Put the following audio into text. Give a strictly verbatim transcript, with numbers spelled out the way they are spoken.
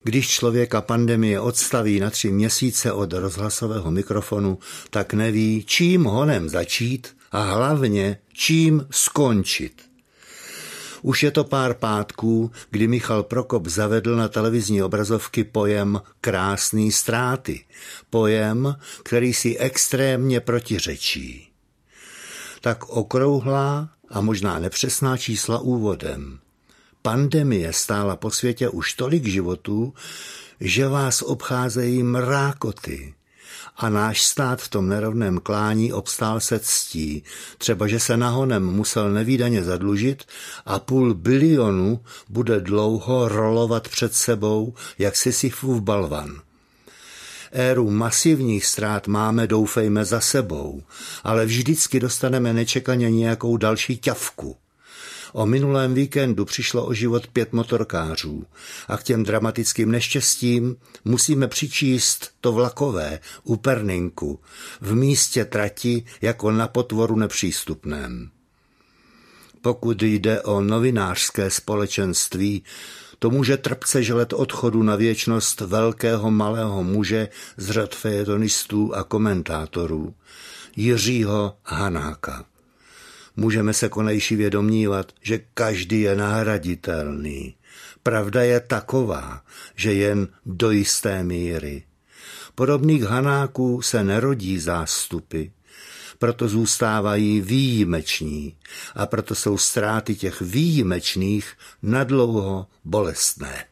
Když člověka pandemie odstaví na tři měsíce od rozhlasového mikrofonu, tak neví, čím honem začít a hlavně čím skončit. Už je to pár pátků, kdy Michal Prokop zavedl na televizní obrazovky pojem krásný ztráty. Pojem, který si extrémně protiřečí. Tak okrouhlá a možná nepřesná čísla úvodem. Pandemie stála po světě už tolik životů, že vás obcházejí mrákoty. A náš stát v tom nerovném klání obstál se ctí, třeba že se nahonem musel nevídaně zadlužit a půl bilionu bude dlouho rolovat před sebou, jak Sisyfův balvan. Éru masivních ztrát máme, doufejme, za sebou, ale vždycky dostaneme nečekaně nějakou další ťavku. O minulém víkendu přišlo o život pět motorkářů a k těm dramatickým neštěstím musíme přičíst to vlakové u Perninku v místě trati jako na potvoru nepřístupném. Pokud jde o novinářské společenství, to může trpce želet odchodu na věčnost velkého malého muže z řad fejetonistů a komentátorů, Jiřího Hanáka. Můžeme se konejšivě domnívat, že každý je nahraditelný. Pravda je taková, že jen do jisté míry. Podobných Hanáků se nerodí zástupy, proto zůstávají výjimeční a proto jsou ztráty těch výjimečných nadlouho bolestné.